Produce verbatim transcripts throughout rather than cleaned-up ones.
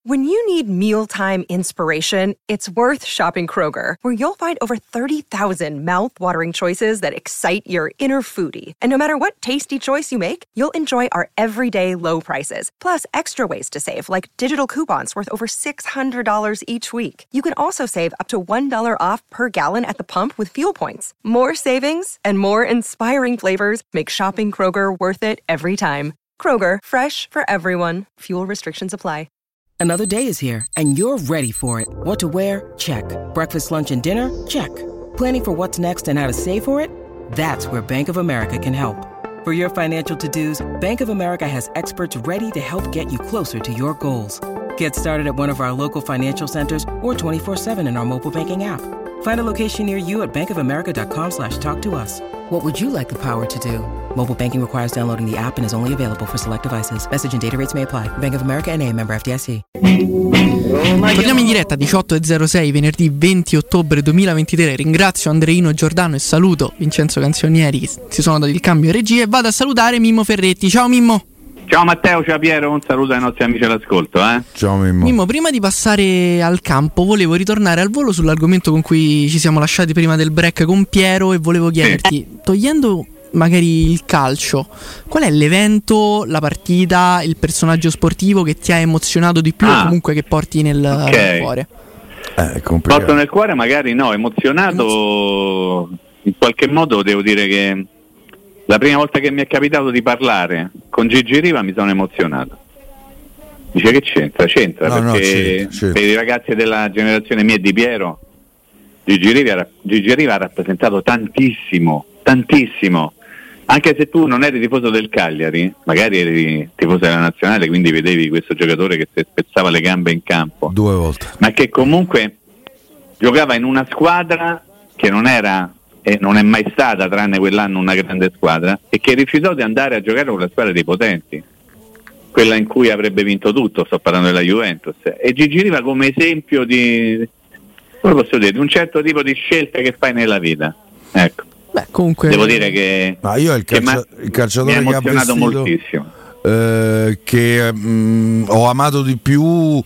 When you need mealtime inspiration, it's worth shopping Kroger, where you'll find over thirty thousand mouth-watering choices that excite your inner foodie. And no matter what tasty choice you make, you'll enjoy our everyday low prices, plus extra ways to save, like digital coupons worth over six hundred dollars each week. You can also save up to one dollar off per gallon at the pump with fuel points. More savings and more inspiring flavors make shopping Kroger worth it every time. Kroger, fresh for everyone. Fuel restrictions apply. Another day is here, and you're ready for it. What to wear? Check. Breakfast, lunch, and dinner? Check. Planning for what's next and how to save for it? That's where Bank of America can help. For your financial to-dos, Bank of America has experts ready to help get you closer to your goals. Get started at one of our local financial centers or twenty-four seven in our mobile banking app. Find a location near you at bankofamerica.com slash talk to us. What would you like the power to do? Mobile banking requires downloading the app and is only available for select devices. Message and data rates may apply. Bank of America N A, member F D I C. Torniamo in diretta diciotto e zero sei venerdì venti ottobre duemilaventitré. Ringrazio Andreino Giordano e saluto Vincenzo Canzonieri che si sono dati il cambio di regia, e vado a salutare Mimmo Ferretti. Ciao Mimmo. Ciao Matteo, ciao Piero, un saluto ai nostri amici all'ascolto. Eh? Ciao Mimmo. Mimmo, prima di passare al campo volevo ritornare al volo sull'argomento con cui ci siamo lasciati prima del break con Piero, e volevo chiederti, sì. togliendo magari il calcio, qual è l'evento, la partita, il personaggio sportivo che ti ha emozionato di più, ah, o comunque che porti nel, okay. nel cuore? Eh, Porto nel cuore magari no, emozionato in qualche modo devo dire che la prima volta che mi è capitato di parlare con Gigi Riva mi sono emozionato. Dice che c'entra? C'entra no, perché no, c'entra, c'entra. Per i ragazzi della generazione mia e di Piero, Gigi Riva, Gigi Riva ha rappresentato tantissimo, tantissimo. Anche se tu non eri tifoso del Cagliari, magari eri tifoso della Nazionale, quindi vedevi questo giocatore che si spezzava le gambe in campo. Due volte. Ma che comunque giocava in una squadra che non era e non è mai stata, tranne quell'anno, una grande squadra, e che rifiutò di andare a giocare con la squadra dei potenti, quella in cui avrebbe vinto tutto, sto parlando della Juventus. E Gigi Riva come esempio di, come posso dire, di un certo tipo di scelte che fai nella vita. Ecco. Beh, comunque devo dire che, ma io il, calcia- che il calciatore mi ha che ha emozionato vestito, moltissimo, eh, che mh, ho amato di più,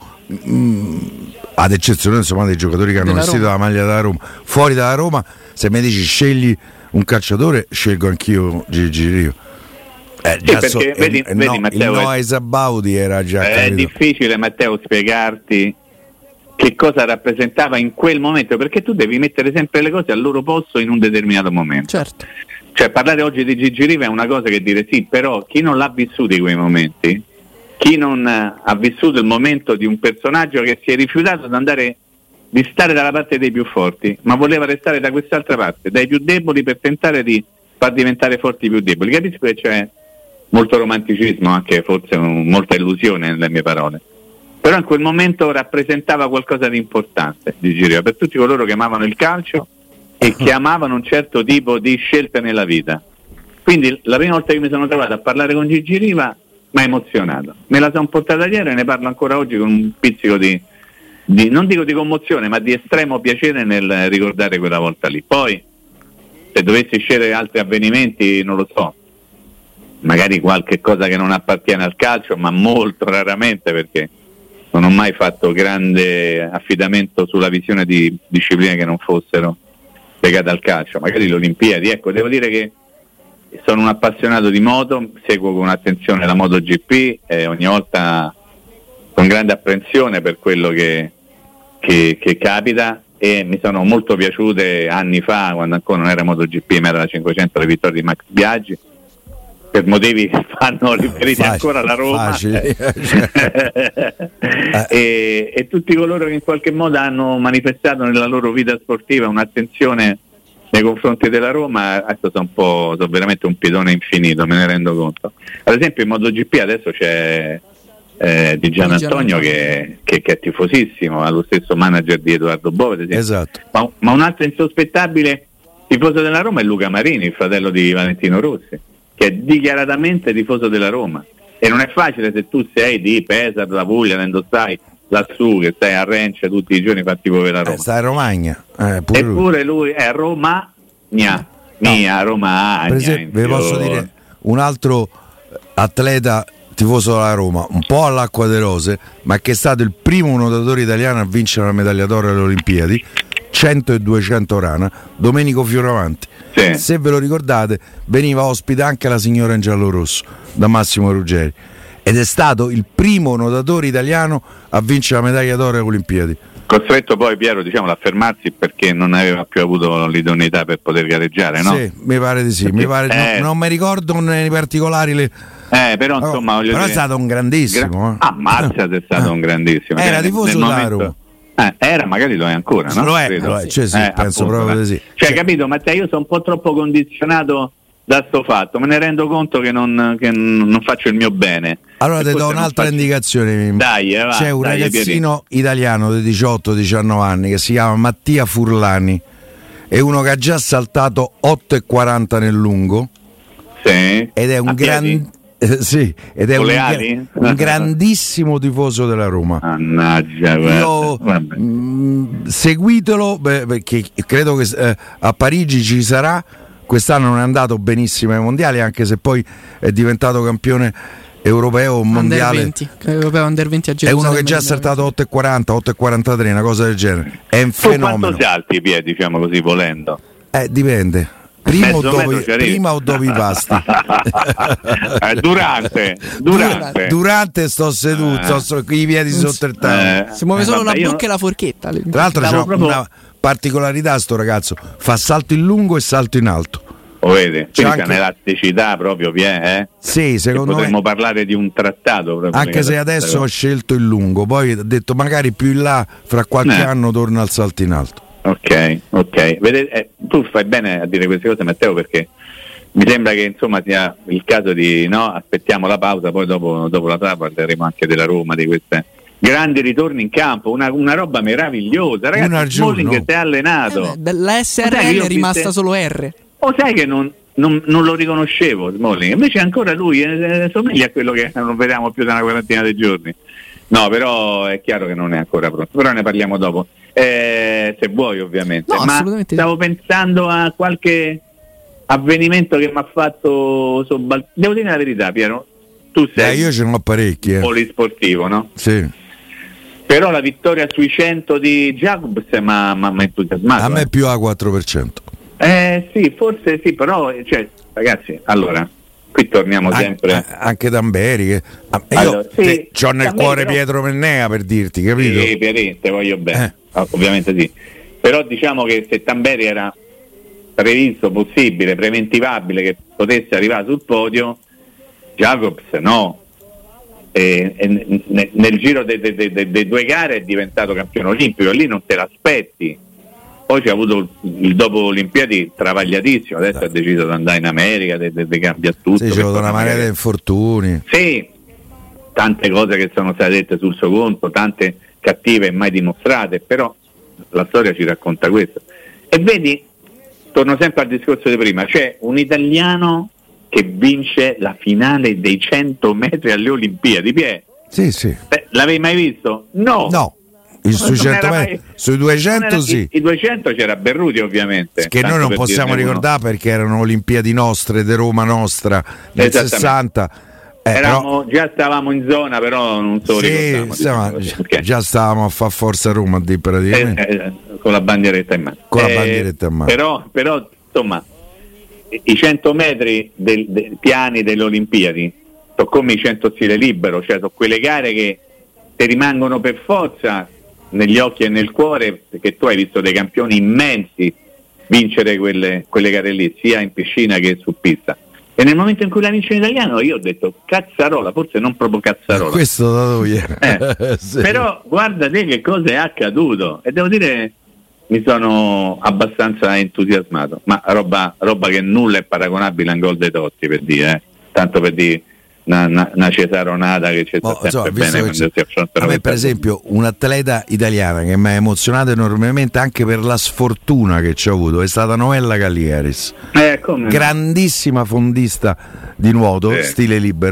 mh, ad eccezione insomma dei giocatori che hanno Della vestito Roma. la maglia della Roma. Fuori dalla Roma, se mi dici scegli un calciatore, scelgo anch'io Gigi Riva. Eh, sì, già perché so, vedi, eh, vedi, no, Matteo, il no a Esabaudi era già è capito. difficile, Matteo, spiegarti che cosa rappresentava in quel momento, perché tu devi mettere sempre le cose al loro posto in un determinato momento. Certo. Cioè parlare oggi di Gigi Riva è una cosa che dire sì, però chi non l'ha vissuto in quei momenti, chi non ha vissuto il momento di un personaggio che si è rifiutato di andare, di stare dalla parte dei più forti, ma voleva restare da quest'altra parte, dai più deboli, per tentare di far diventare forti i più deboli. Capisco che c'è molto romanticismo, anche forse un, molta illusione nelle mie parole, però in quel momento rappresentava qualcosa di importante Gigi Riva per tutti coloro che amavano il calcio e che amavano un certo tipo di scelte nella vita. Quindi la prima volta che mi sono trovato a parlare con Gigi Riva mi ha emozionato, me la sono portata dietro e ne parlo ancora oggi con un pizzico di, di non dico di commozione, ma di estremo piacere nel ricordare quella volta lì. Poi se dovessi scegliere altri avvenimenti, non lo so, magari qualche cosa che non appartiene al calcio, ma molto raramente, perché non ho mai fatto grande affidamento sulla visione di discipline che non fossero legate al calcio, magari le Olimpiadi. Ecco, devo dire che sono un appassionato di moto, seguo con attenzione la MotoGP e ogni volta con grande apprensione per quello che, che, che capita, e mi sono molto piaciute anni fa, quando ancora non era MotoGP ma era la cinquecento, le vittorie di Max Biaggi, per motivi che fanno riferiti ancora alla Roma. e, e tutti coloro che in qualche modo hanno manifestato nella loro vita sportiva un'attenzione nei confronti della Roma, adesso sono un po', sono veramente un pedone infinito, me ne rendo conto. Ad esempio in MotoGP adesso c'è eh, Di Gian Antonio che, che, che è tifosissimo, ha lo stesso manager di Edoardo Bove, esatto. ma, ma un altro insospettabile tifoso della Roma è Luca Marini, il fratello di Valentino Rossi, che è dichiaratamente tifoso della Roma. E non è facile se tu sei di Pesaro, la Puglia, quando stai lassù, che stai a Rence tutti i giorni, fatti per la Roma. Eh, sta a Romagna. Eh, pure Eppure lui. lui è Romagna, mia, no. Romagna. Per esempio, vi posso dire un altro atleta tifoso della Roma, un po' all'acqua de rose, ma che è stato il primo nuotatore italiano a vincere la medaglia d'oro alle Olimpiadi, cento e duecento rana, Domenico Fioravanti. Sì. Se ve lo ricordate, veniva ospite anche la signora in giallo-rosso da Massimo Ruggeri ed è stato il primo nuotatore italiano a vincere la medaglia d'oro alle Olimpiadi. Costretto poi Piero, diciamo, a fermarsi perché non aveva più avuto l'idoneità per poter gareggiare, no? Sì, mi pare di sì, perché, mi pare, eh, no, non mi ricordo nei particolari le... Eh, però insomma, voglio però dire, è stato un grandissimo. Gra- Ammazza, è stato eh. un grandissimo. Era cioè, tifoso nel da momento... Roma. Eh, era, magari lo è ancora, no? Lo è, Credo. lo è, cioè, sì, eh, penso appunto, proprio eh. di sì. Cioè, Cioè, capito, Matteo, io sono un po' troppo condizionato da sto fatto, me ne rendo conto che non, che non faccio il mio bene. allora E ti do forse non un'altra faccio- indicazione. Dai, eh, va, C'è un dai, ragazzino italiano di diciotto diciannove anni che si chiama Mattia Furlani, è uno che ha già saltato otto e quaranta nel lungo Sì. ed è un A gran piedi? eh, sì, ed è Con un, le ali? un grandissimo tifoso della Roma. Mannaggia, Io, guarda. Vabbè. mh, seguitelo, beh, perché credo che eh, a Parigi ci sarà. Quest'anno non è andato benissimo ai mondiali, anche se poi è diventato campione europeo o mondiale. Under venti, europeo Under venti a È Gerusalemme. uno che già ha saltato otto e quaranta, otto e quarantatré, una cosa del genere. È un Tu fenomeno. quanto salti i piedi, diciamo così, volendo? Eh, dipende. Prima o, Mezzo dopo, metro ci arrivi. prima o dopo i pasti? Eh, durante, durante. Durante sto seduto, Eh. sto con i piedi sotto il tavolo. Eh, Si muove eh, solo vabbè, la io- bocca e la forchetta. Tra l'altro c'è stavo proprio- una particolarità sto ragazzo, fa salto in lungo e salto in alto. Lo vede? Quindi anche- c'è un'elasticità proprio, pie- eh? Sì, Che secondo potremmo me. parlare di un trattato proprio Anche se legato a adesso ho questa scelto il lungo, poi ho detto magari più in là, fra qualche Eh. anno torna al salto in alto. cosa. Ok, ok. Vedete, eh, tu fai bene a dire queste cose, Matteo, perché mi sembra che insomma sia il caso di no, aspettiamo la pausa, poi dopo, dopo la pausa parleremo anche della Roma, di queste grandi ritorni in campo, una, una roba meravigliosa, Una al ragazzi. giorno. Smalling si è allenato. Eh beh, la S R Sai che L io ho è rimasta viste- solo R. O sai che non, non, non lo riconoscevo Smalling, invece ancora lui eh, somiglia a quello che non vediamo più da una quarantina di giorni. No, però è chiaro che non è ancora pronto, però ne parliamo dopo, eh, se vuoi ovviamente. No, Ma assolutamente sì. stavo pensando a qualche avvenimento che mi ha fatto sobbal- devo dire la verità, Piero, tu sei Eh, io ce ne ho parecchi, eh. polisportivo, no? Sì. Però la vittoria sui cento di Jacobs mi ha entusiasmato. A me eh. più A quattro per cento. Eh sì, forse sì, però cioè, ragazzi, allora, qui torniamo An- sempre. a- anche Tamberi che ah, io Allora, sì, te- c'ho nel Tamberi, cuore però- Pietro Mennea, per dirti, capito? Sì, Pierì, te voglio bene, Eh. Ah, ovviamente sì. Però diciamo che se Tamberi era previsto, possibile, preventivabile che potesse arrivare sul podio, Jacobs no. E, e ne- nel giro delle de, de, de, de due gare è diventato campione olimpico, lì non te l'aspetti. Poi c'è avuto il, il dopo Olimpiadi travagliatissimo, adesso ha deciso di andare in America, de, de, de cambia tutto. Sì, c'è per avuto una tornare- marea di infortuni. Sì, tante cose che sono state dette sul suo conto, tante cattive e mai dimostrate, però la storia ci racconta questo. E vedi, torno sempre al discorso di prima, c'è un italiano che vince la finale dei cento metri alle Olimpiadi. Pie, Sì, sì. eh, l'avevi mai visto? No. No, il sui Non cento era metri, mai- sui non duecento era- sì. I, I duecento c'era Berruti ovviamente. Che tanto noi non per possiamo dirne uno. ricordare perché erano Olimpiadi nostre, di Roma nostra, del Esattamente. sessanta. Eh, Eravamo, già stavamo in zona, però non so però, sì, ricordavamo. stiamo- diciamo così, perché- già stavamo a fare forza a Roma di praticamente. Eh, eh, con la bandieretta in mano. Con la Eh, bandieretta in mano. Però, però insomma, i i cento metri del, dei piani delle Olimpiadi sono come i cento stile libero, cioè sono quelle gare che ti rimangono per forza negli occhi e nel cuore, perché tu hai visto dei campioni immensi vincere quelle, quelle gare lì, sia in piscina che su pista. E nel momento in cui la vince in italiano io ho detto cazzarola, forse non proprio cazzarola. Questo da dove Eh, Sì. Però guarda te che cosa è accaduto e devo dire mi sono abbastanza entusiasmato, ma roba, roba che nulla è paragonabile a un gol dei Totti, per dire, eh. Tanto per dire una, una, una cesaronata che c'è Oh, sempre insomma, bene visto che quando c'è- si affrontano a me per queste- esempio un'atleta italiana che mi ha emozionato enormemente anche per la sfortuna che ci ho avuto è stata Noella Gallieris, eh, come? grandissima fondista di nuoto, Sì. stile libero,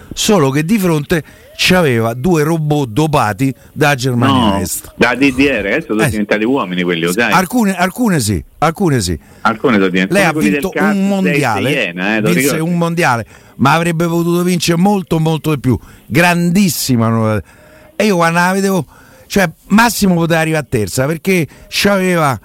solo che di fronte c'aveva due robot dopati da Germania no, Est. Da D D R, adesso sono Eh, diventati uomini quelli, lo sai? Alcune, alcune sì, alcune sì. Alcune sono diventate. Lei ha quelli vinto del Cast un mondiale, Siena, eh, lo vinse ricordi? un mondiale, ma avrebbe potuto vincere molto molto di più. Grandissima nuova. E io quando la vedevo, cioè Massimo poteva arrivare a terza perché c'aveva,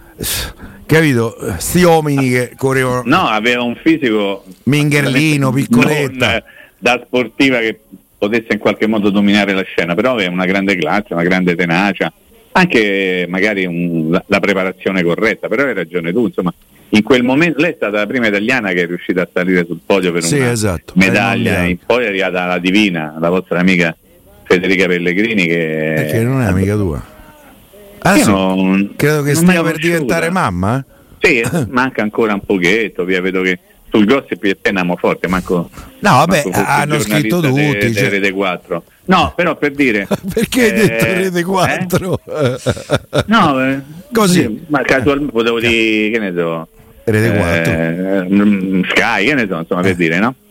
capito, sti uomini che correvano. No, aveva un fisico Mingherlino, piccoletta, non, eh, da sportiva che potesse in qualche modo dominare la scena, però aveva una grande classe, una grande tenacia, anche magari un, la, la preparazione corretta, però hai ragione tu, insomma, in quel momento lei è stata la prima italiana che è riuscita a salire sul podio per sì, una esatto, medaglia, e poi è arrivata la divina, la vostra amica Federica Pellegrini, che perché non è amica tua. Adesso non, credo che non stia mai per conosciuta. diventare mamma. Sì, manca ancora un pochetto, via, vedo che sul gossip è tenamo forte, manco. No, vabbè, manco hanno scritto tutti. De, de cioè... Rete quattro. No, però per dire. Perché hai eh, detto Rete quattro? Eh? No, eh, così. Ma casualmente potevo dire, che ne so. Rete quattro. Eh, Sky, che ne so, insomma, per eh. dire, no?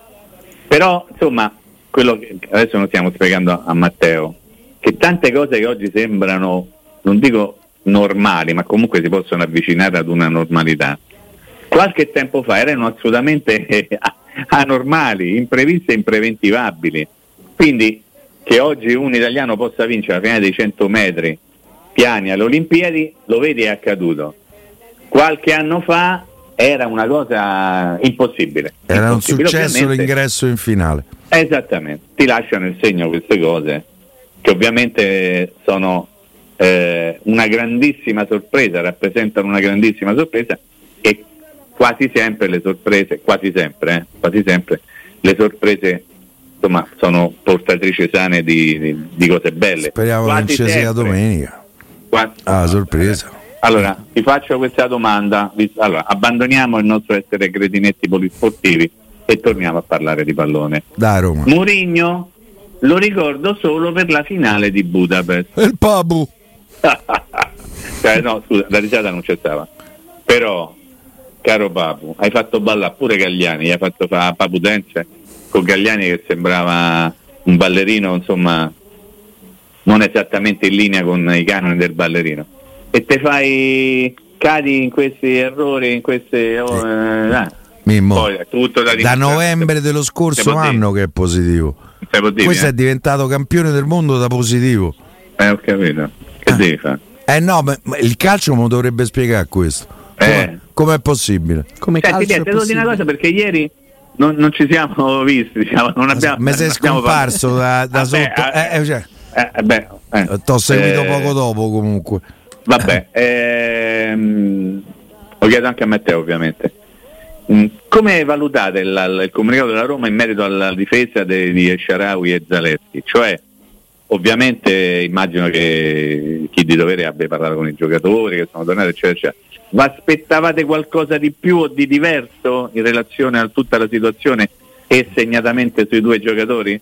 Però, insomma, quello che adesso non stiamo spiegando a Matteo, che tante cose che oggi sembrano, non dico normali, ma comunque si possono avvicinare ad una normalità, qualche tempo fa erano assolutamente anormali, impreviste e impreventivabili. Quindi che oggi un italiano possa vincere la finale dei cento metri piani alle Olimpiadi, lo vedi, è accaduto. Qualche anno fa era una cosa impossibile. Era impossibile. un successo Ovviamente, l'ingresso in finale. Esattamente, ti lasciano il segno queste cose, che ovviamente sono eh, una grandissima sorpresa, rappresentano una grandissima sorpresa, e quasi sempre le sorprese, quasi sempre, eh, quasi sempre le sorprese, insomma, sono portatrici sane di, di, di cose belle. Speriamo che Quasi non ci sia sempre. domenica. Quasi... Ah, sorpresa. Allora, ti faccio questa domanda. Allora, abbandoniamo il nostro essere cretinetti polisportivi e torniamo a parlare di pallone. Da Roma. Mourinho lo ricordo solo per la finale di Budapest. Il Pabu. Cioè, no, scusa, la risata non c'è stava. Però, caro Papu, hai fatto ballare pure Galliani, gli hai fatto fare Papu Dance con Galliani che sembrava un ballerino, insomma, non esattamente in linea con i canoni del ballerino. E te fai, cadi in questi errori, in queste... Oh, eh, Mimmo, poi è tutto da, da novembre dello scorso anno che è positivo. Dire, Questo eh? è diventato campione del mondo da positivo. Eh, ho capito. Che ah. devi fare? Eh no, ma il calcio me lo dovrebbe spiegare questo. Eh. Come è possibile? Come Senti, te devo dire una cosa, perché ieri non, non ci siamo visti, diciamo, non abbiamo... Mi sei scomparso da, da vabbè, sotto. Eh, eh, cioè, eh, beh, eh, t'ho seguito eh, poco dopo comunque. Vabbè, ehm, ho chiesto anche a Matteo ovviamente. Mm, come valutate il, il comunicato della Roma in merito alla difesa de, di El Shaarawy e Zalewski? Cioè, ovviamente immagino che chi di dovere abbia parlato con i giocatori che sono tornati, eccetera, eccetera. Ma aspettavate qualcosa di più o di diverso in relazione a tutta la situazione e segnatamente sui due giocatori?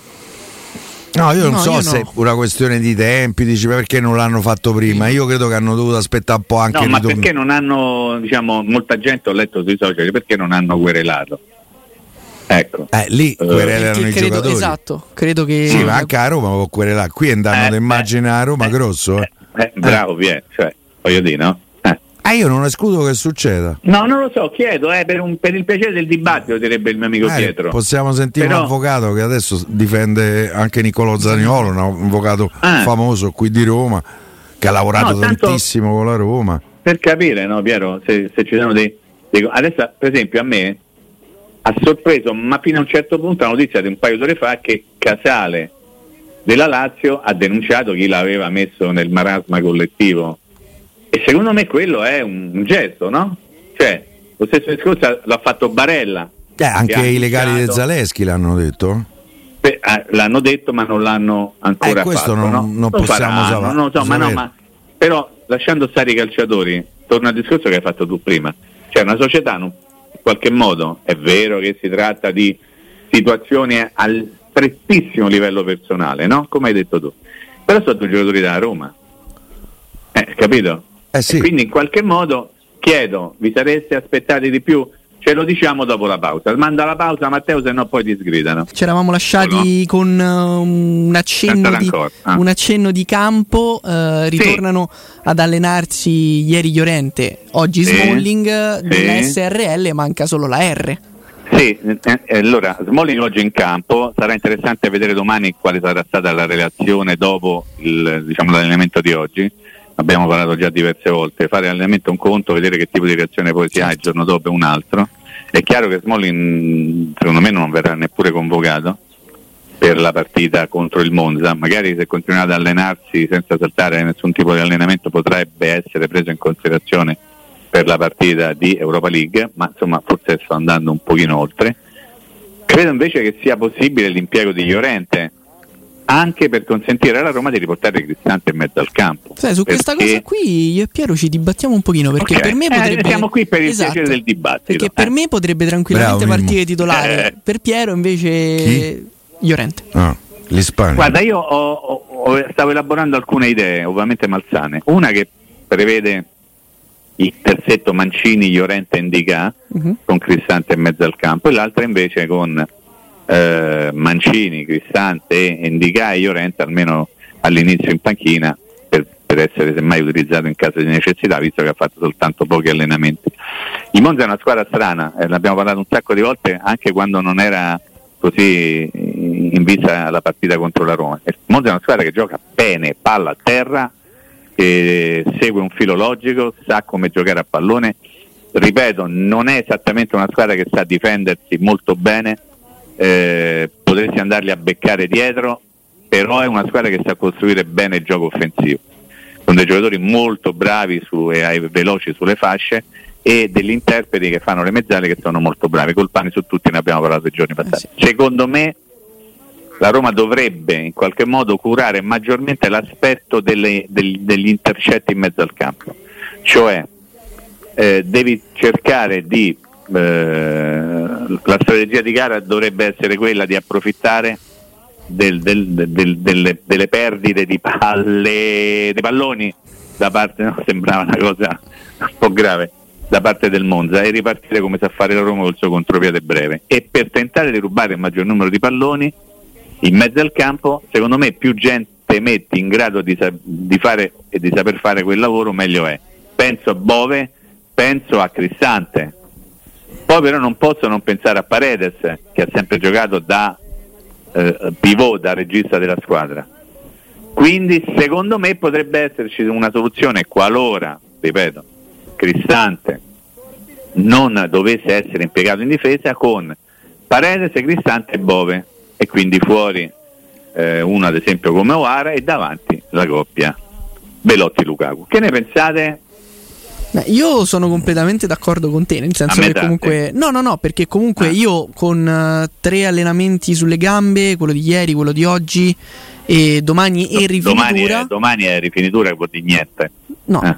No, io non no, so io se è no. una questione di tempi, dici perché non l'hanno fatto prima. Io credo che hanno dovuto aspettare un po' anche no, il ma ritorno. perché non hanno, diciamo, molta gente ho letto sui social, perché non hanno querelato? Ecco. Eh, lì Uh, querelano i credo, giocatori. esatto, credo che Sì, ma anche a Roma può querelare. Qui è andando Eh, ad immaginare a Roma eh, grosso. Eh. Eh, eh, bravo, Pier, cioè, voglio dire, no? Eh. Ah, io non escludo che succeda. No, non lo so, chiedo, eh, per, un, per il piacere del dibattito, direbbe il mio amico Eh, Pietro. possiamo sentire Però... un avvocato che adesso difende anche Niccolò Zaniolo, un avvocato Ah. famoso qui di Roma, che ha lavorato No, tanto- tantissimo con la Roma. Per capire, no, Piero, se, se ci sono dei, dei... Adesso, per esempio, a me ha sorpreso, ma fino a un certo punto, la notizia di un paio d'ore fa che Casale della Lazio ha denunciato chi l'aveva messo nel marasma collettivo. E secondo me quello è un, un gesto, no? Cioè, lo stesso discorso l'ha fatto Barella. Eh, anche ha i legali di annunciato- Zalewski l'hanno detto. Beh, ah, l'hanno detto ma non l'hanno ancora Eh, questo fatto, non- no? non Lo possiamo faranno, sapere. non lo so, ma no, sapere. ma però lasciando stare i calciatori, torno al discorso che hai fatto tu prima. Cioè una società non, in qualche modo è vero che si tratta di situazioni al strettissimo livello personale, no? Come hai detto tu. Però sono due giocatori della Roma. Eh, capito? Eh sì. E quindi in qualche modo chiedo, vi sareste aspettati di più? ce lo diciamo dopo la pausa. Manda la pausa Matteo, se no poi ti sgridano. Ci eravamo lasciati no? con uh, un, accenno di, ah. un accenno di campo, uh, ritornano sì. ad allenarsi ieri Llorente, oggi sì. Smalling, sì. della S R L manca solo la R. Sì, eh, allora Smalling oggi in campo, sarà interessante vedere domani quale sarà stata la relazione dopo il, diciamo, l'allenamento di oggi. Abbiamo parlato già diverse volte, fare allenamento un conto, vedere che tipo di reazione poi si ha il giorno dopo è un altro. È chiaro che Smalling secondo me non verrà neppure convocato per la partita contro il Monza, magari se continuerà ad allenarsi senza saltare nessun tipo di allenamento potrebbe essere preso in considerazione per la partita di Europa League, ma insomma forse sto andando un pochino oltre. Credo invece che sia possibile l'impiego di Llorente, anche per consentire alla Roma di riportare Cristante in mezzo al campo. Sai, su questa perché... cosa qui io e Piero ci dibattiamo un pochino, perché okay. per me potrebbe eh, siamo qui per il esatto, piacere del dibattito. Perché eh. per me potrebbe tranquillamente Bravo, partire titolare, eh. per Piero invece Chi? Llorente. Ah, l'Ispagna. Guarda, io ho, ho, stavo elaborando alcune idee, ovviamente malsane. Una che prevede il terzetto Mancini, Llorente e Ndicà, uh-huh. con Cristante in mezzo al campo, e l'altra invece con eh, Mancini, Cristante e Ndicà e Llorente almeno all'inizio in panchina per, per essere semmai utilizzato in caso di necessità, visto che ha fatto soltanto pochi allenamenti. Il Monza è una squadra strana, eh, l'abbiamo parlato un sacco di volte anche quando non era così in vista la partita contro la Roma. Il Monza è una squadra che gioca bene, palla a terra, che segue un filo logico, sa come giocare a pallone. Ripeto, non è esattamente una squadra che sa difendersi molto bene, eh, potresti andarli a beccare dietro, però è una squadra che sa costruire bene il gioco offensivo, con dei giocatori molto bravi su, e veloci sulle fasce, e degli interpreti che fanno le mezzale che sono molto bravi. Col pane su tutti ne abbiamo parlato i giorni passati. Eh sì. Secondo me la Roma dovrebbe in qualche modo curare maggiormente l'aspetto delle, del, degli intercetti in mezzo al campo, cioè eh, devi cercare di eh, la strategia di gara dovrebbe essere quella di approfittare del, del, del, del, delle, delle perdite di palle, dei palloni da parte, no, sembrava una cosa un po' grave, da parte del Monza, e ripartire come sa fare la Roma col suo contropiede breve, e per tentare di rubare il maggior numero di palloni in mezzo al campo. Secondo me più gente metti in grado di, sa- di fare e di saper fare quel lavoro meglio è. Penso a Bove, penso a Cristante, poi però non posso non pensare a Paredes, che ha sempre giocato da eh, pivot, da regista della squadra. Quindi secondo me potrebbe esserci una soluzione qualora, ripeto, Cristante non dovesse essere impiegato in difesa, con Paredes, Cristante e Bove, e quindi fuori eh, uno ad esempio come Ouara, e davanti la coppia Belotti-Lukaku. Che ne pensate? Beh, io sono completamente d'accordo con te, nel senso che comunque no no no perché comunque ah. io con uh, tre allenamenti sulle gambe, quello di ieri, quello di oggi e domani e rifinitura. Domani è, domani è rifinitura, che vuol dire niente. No, eh.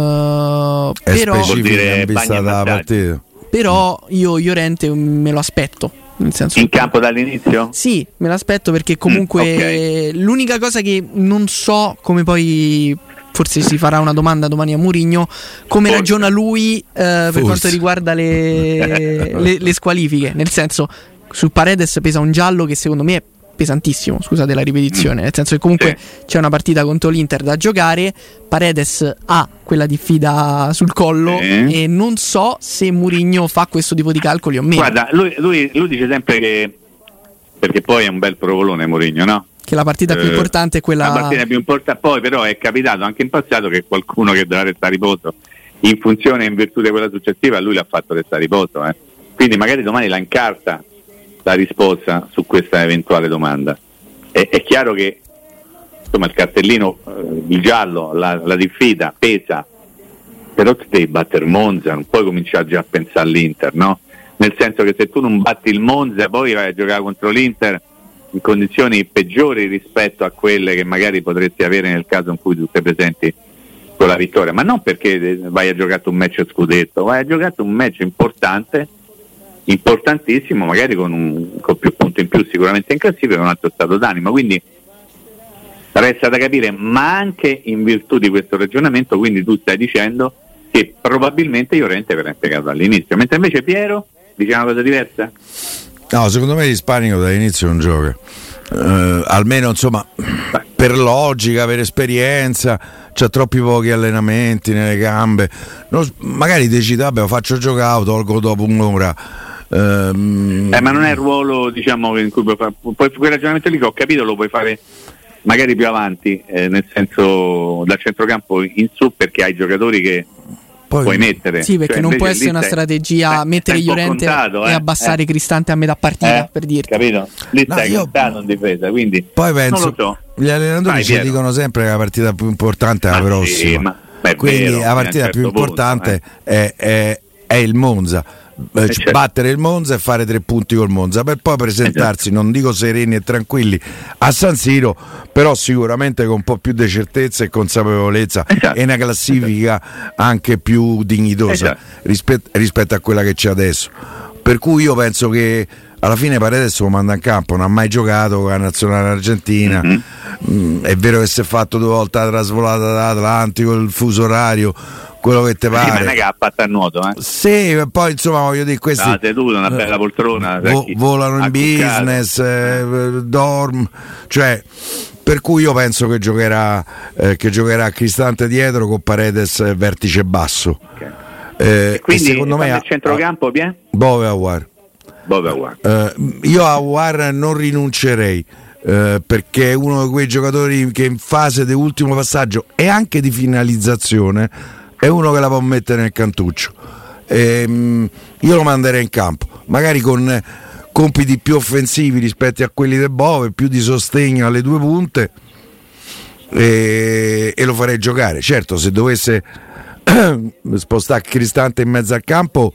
uh, è però specifica in vista della partita. Però io Llorente me lo aspetto. Nel senso in campo dall'inizio? Sì, me l'aspetto, perché comunque mm, okay. l'unica cosa che non so, come poi forse si farà una domanda domani a Mourinho, come forse. ragiona lui eh, per quanto riguarda le, le, le squalifiche, nel senso su Paredes pesa un giallo che secondo me è pesantissimo, scusate la ripetizione, nel senso che comunque sì. c'è una partita contro l'Inter da giocare, Paredes ha quella diffida sul collo sì. e non so se Mourinho fa questo tipo di calcoli o meno. Guarda, lui, lui, lui dice sempre che, perché poi è un bel provolone Mourinho, no? Che la partita più eh, importante è quella... La partita più importante, poi però è capitato anche in passato che qualcuno che doveva restare a riposo in funzione e in virtù di quella successiva, lui l'ha fatto restare a riposo, eh. Quindi magari domani la incarta la risposta su questa eventuale domanda. È, è chiaro che insomma il cartellino, eh, il giallo, la, la diffida pesa, però tu devi battere Monza, non puoi cominciare già a pensare all'Inter, no? Nel senso che se tu non batti il Monza poi vai a giocare contro l'Inter in condizioni peggiori rispetto a quelle che magari potresti avere nel caso in cui tu sei presenti con la vittoria, ma non perché vai a giocare un match scudetto, vai a giocare un match importante, importantissimo, magari con, un, con più punti in più sicuramente in classifica, con un altro stato d'animo, quindi resta da capire, ma anche in virtù di questo ragionamento, quindi tu stai dicendo che probabilmente Llorente verrà impiegato all'inizio, mentre invece Piero dice una cosa diversa? No, secondo me l'Ispanico dall'inizio non gioca. Uh, almeno insomma per logica, per esperienza, c'ha troppi pochi allenamenti nelle gambe, non, magari decide vabbè lo faccio giocare, tolgo dopo un'ora. Um, eh, ma non è il ruolo, diciamo, in cui puoi fare, poi quel ragionamento lì che ho capito lo puoi fare magari più avanti, eh, nel senso dal centrocampo in su, perché hai giocatori che Poi, puoi mettere. Sì, perché cioè, non può essere una stai, strategia eh, mettere Llorente contato, eh, e abbassare eh. Cristante a metà partita, eh, per dirti. Capito? Lì No, stai io- contato in difesa, quindi poi penso non lo so. gli allenatori Vai, ci Piero. dicono sempre che la partita più importante è la Ma prossima, sì, ma- ma è quindi vero, la fino a un partita certo più punto, importante eh. è, è- è il Monza. Eh, Eh, certo. Battere il Monza e fare tre punti col Monza per poi presentarsi, non dico sereni e tranquilli, a San Siro, però sicuramente con un po' più di certezza e consapevolezza, Esatto. e una classifica anche più dignitosa Esatto. rispetto, rispetto a quella che c'è adesso. Per cui io penso che alla fine Paredes lo manda in campo, non ha mai giocato con la nazionale argentina. Mm-hmm. Mm, è vero che si è fatto due volte la trasvolata dall'Atlantico, il fuso orario, quello che te Sì, ma non è pare. che ha fatto a nuoto, eh. Sì, poi insomma voglio dire, questi Stava seduto, una bella poltrona, vo- sai, volano in accuccato. business, eh, dorm, cioè, per cui io penso che giocherà eh, che giocherà Cristante dietro con Paredes eh, vertice basso. Ok. Eh, E quindi e secondo me il a- centrocampo, Pie? Bove Aouar. Boh, guarda. Eh, io a Aouar non rinuncerei, eh, perché è uno di quei giocatori che in fase di ultimo passaggio e anche di finalizzazione è uno che la può mettere nel cantuccio. Ehm, io lo manderei in campo, magari con eh, compiti più offensivi rispetto a quelli del Bove, più di sostegno alle due punte, e, e lo farei giocare. Certo, se dovesse spostare Cristante in mezzo al campo,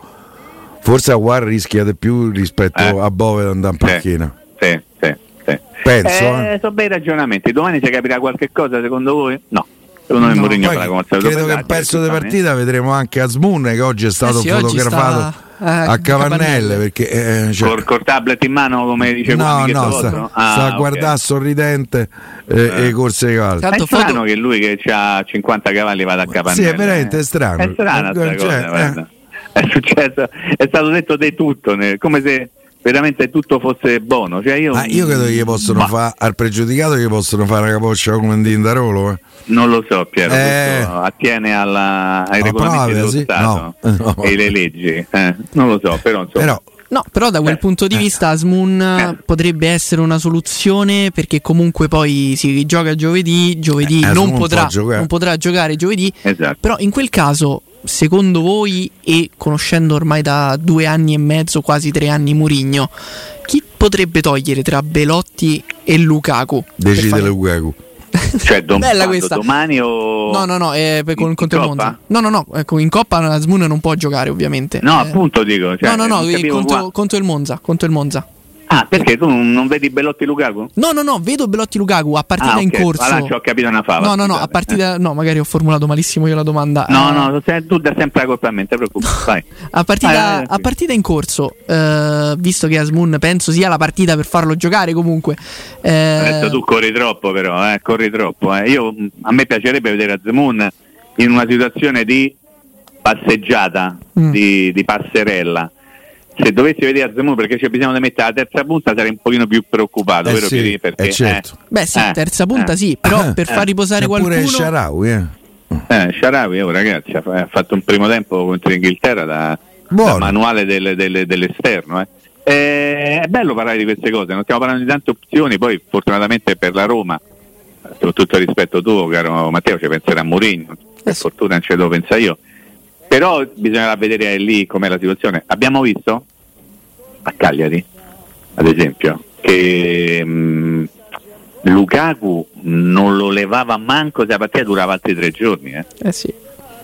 forse Aouar rischia di più rispetto Eh. a Bove ad andare in Sì, panchina. sì, sì, sì. Penso, Eh, eh. sono bei ragionamenti. Domani si capirà qualche cosa secondo voi? No. Secondo me No, Mourinho Poi farà come al solito credo che pedaggi, un pezzo di giustamente. partita vedremo anche Asmun, che oggi è stato Eh sì, oggi fotografato sta, eh, a Cavannelle, Capannelle. perché eh, cioè, Col, col tablet in mano, come dice no, Guardi, che no, vostro? sta, Ah, sta a ok. guardare sorridente eh, Eh. le corse di cavallo. Tra Ma è l'altro strano foto- che lui che ha cinquanta cavalli vada a Capannelle. Sì, è veramente strano. È strana Eh, sta cioè, cosa, eh. guarda. È successo, è stato detto di tutto, ne- come se veramente tutto fosse buono. Cioè io, Ma io credo che gli possono Ma- fare al pregiudicato, gli possono fare una capoccia come in Dindarolo. Eh. Non lo so, Piero, Eh. questo attiene alla, ai No, regolamenti proprio, dello sì. Stato No. No. e le leggi. Eh, non lo so, però insomma. Però No, però da quel Eh, punto di eh. vista Asmun Eh. potrebbe essere una soluzione, perché comunque poi si gioca giovedì, giovedì Eh, non, Asmun potrà, può giocare. non potrà giocare giovedì, Esatto. però in quel caso, secondo voi, e conoscendo ormai da due anni e mezzo, quasi tre anni Mourinho, chi potrebbe togliere tra Belotti e Lukaku? per decide fare- Lukaku. Cioè, dom- Bella quando, questa. domani o No, no, no, eh, per- con, in contro il Coppa? Monza. No, no, no, ecco, in Coppa Asmun non può giocare, ovviamente. No, Eh, appunto dico. Cioè, no, no, no, non eh, capivo contro, qua- contro il Monza, contro il Monza. Ah, perché tu non non vedi Belotti Lukaku? No, no, no, vedo Belotti Lukaku a partita Ah, in ok. corso. Allora ci ho capito una fava. No, no, no, a scusate. partita no, magari ho formulato malissimo io la domanda. No, Eh, no, se- tu dai sempre la colpa a me, non ti preoccupare. Vai. A partita, Vai, vai, a partita in corso, eh, visto che Asmun penso sia la partita per farlo giocare comunque. eh, Adesso tu corri troppo, però, eh, corri troppo. Eh. Io, mh, a me piacerebbe vedere Azmoun in una situazione di passeggiata, Mm. di, di passerella. Se dovessi vedere Azmoun, perché c'è bisogno di mettere la terza punta, sarei un pochino più preoccupato, Eh vero sì, Pieri? Perché, eh certo. Beh sì, eh, terza punta eh. sì, però per Eh. far riposare C'è pure qualcuno. Sharawi, eh. Eh, Sharawi, oh, ragazzi, ha ha fatto un primo tempo contro l'Inghilterra da, Buono. da manuale del- del- dell'esterno. Eh. Eh, è bello parlare di queste cose, non stiamo parlando di tante opzioni, poi fortunatamente per la Roma, con tutto il rispetto tuo, caro Matteo, ci penserà Mourinho, per sì. fortuna non ce lo pensa io. Però bisognerà vedere lì com'è la situazione. Abbiamo visto a Cagliari, ad esempio, che mh, Lukaku non lo levava manco se la partita durava altri tre giorni. Eh. Eh sì.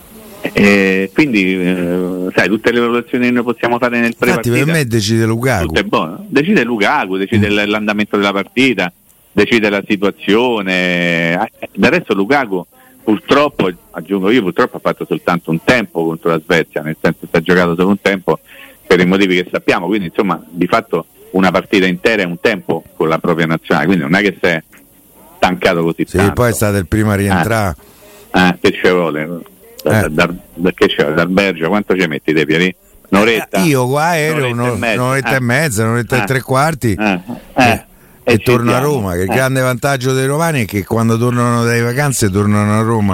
E quindi, eh, sai, tutte le valutazioni che noi possiamo fare nel Infatti pre-partita, per me decide Lukaku. tutto è buono. Decide Lukaku, decide l- l'andamento della partita, decide la situazione. Eh, Del resto Lukaku purtroppo, aggiungo io, purtroppo ha fatto soltanto un tempo contro la Svezia, nel senso che si è giocato solo un tempo per i motivi che sappiamo, quindi insomma di fatto una partita intera è un tempo con la propria nazionale, quindi non è che si è stancato così Sì, tanto. poi è stato il primo a rientrare. Eh, che ci vuole. da, Eh. da, da, che c'è, dal Bergio, quanto ci metti te, Pieri? Un'oretta? Eh, io qua ero Un'oretta e mezza. un'oretta e mezza, un'oretta e Eh. tre quarti. Eh. Eh. Eh. E, E ci torno a siamo. Roma. Che il Eh. grande vantaggio dei romani è che quando tornano dalle vacanze tornano a Roma.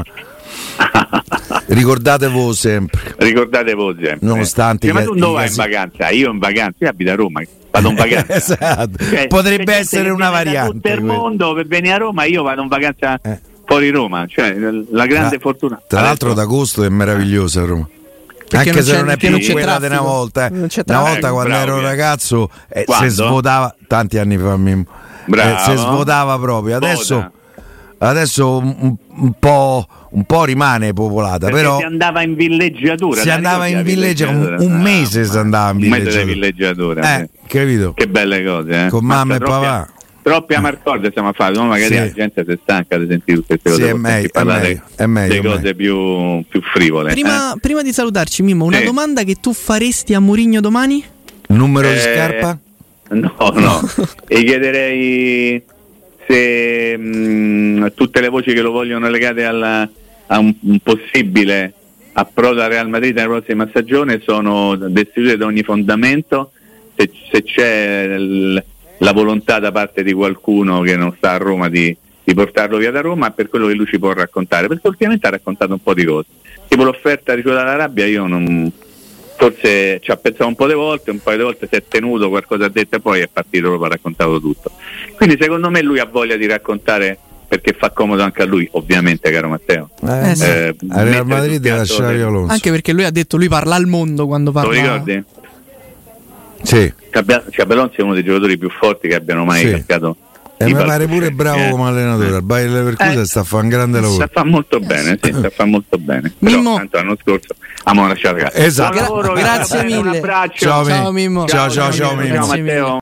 Ricordatevo sempre. Ricordate voi sempre. Nonostante Cioè, ma i- tu i dove vai in casi- vacanza? Io in vacanza, io abito a Roma, vado in vacanza. Esatto. Cioè, Potrebbe c'è gente essere che una viene da variante. tutto il quella. mondo per venire a Roma, io vado in vacanza Eh. fuori Roma, cioè la grande Tra- fortuna. Tra l'altro Adesso- d'agosto è meravigliosa Roma. Perché Anche non se c'è- non è perché più non c'è quella di una traffico. volta. eh. Non c'è Una traffico. volta quando Bravo, ero Pier. ragazzo eh, Quando? si svuotava tanti anni fa, Mimmo. Bravo. Eh, si svuotava proprio. Adesso, Svuota. adesso un, un po', un po' rimane popolata, Perché però si andava in villeggiatura. si la andava ricordi in la villeggiatura, un, un Ah, mese si andava in un mese di villeggiatura. villeggiatura. Eh, capito? Che belle cose, eh. Con mamma Mazza, e troppi- papà. Troppi amarcord stiamo a fare, no? Magari Sì. la gente si è stanca di sentire tutte queste Sì, cose, è può meglio, sentire è parlare meglio, è meglio, di è cose meglio. più, più frivole. Prima, eh. prima di salutarci, Mimmo, una Sì. domanda che tu faresti a Mourinho domani? Numero di Eh, scarpa? No, no. E chiederei se mh, tutte le voci che lo vogliono legate alla- a un, un possibile approdo al Real Madrid nella prossima stagione sono destituite da ogni fondamento. Se, se c'è l- la volontà da parte di qualcuno che non sta a Roma di, di portarlo via da Roma, per quello che lui ci può raccontare, perché ultimamente ha raccontato un po' di cose, tipo l'offerta ricevuta dall'Arabia. Io non, forse ci ha pensato un po' di volte, un paio di volte si è tenuto, qualcosa ha detto e poi è partito, proprio ha raccontato tutto. Quindi secondo me lui ha voglia di raccontare, perché fa comodo anche a lui, ovviamente, caro Matteo. Eh, Eh, sì. Eh, a Real mettere Madrid sul deve piatto lasciare del- Alonso. Anche perché lui ha detto lui parla al mondo quando Te lo parla. ricordi? Sì. Ciabellonzi è uno dei giocatori più forti che abbiano mai Sì. cascato. E i mi pare palcoscenici, pure bravo eh. come allenatore. Al Bayer Leverkusen Eh. sta a fare un grande lavoro. Sta fa molto bene, sì, sta fa molto bene. Però Mimmo. tanto l'anno scorso abbiamo lasciato. Esatto. Buon lavoro, Grazie bene, un mille. abbraccio. Ciao, Ciao, Mimmo. Ciao, ciao, ciao, Grazie Mimmo. mille. Matteo.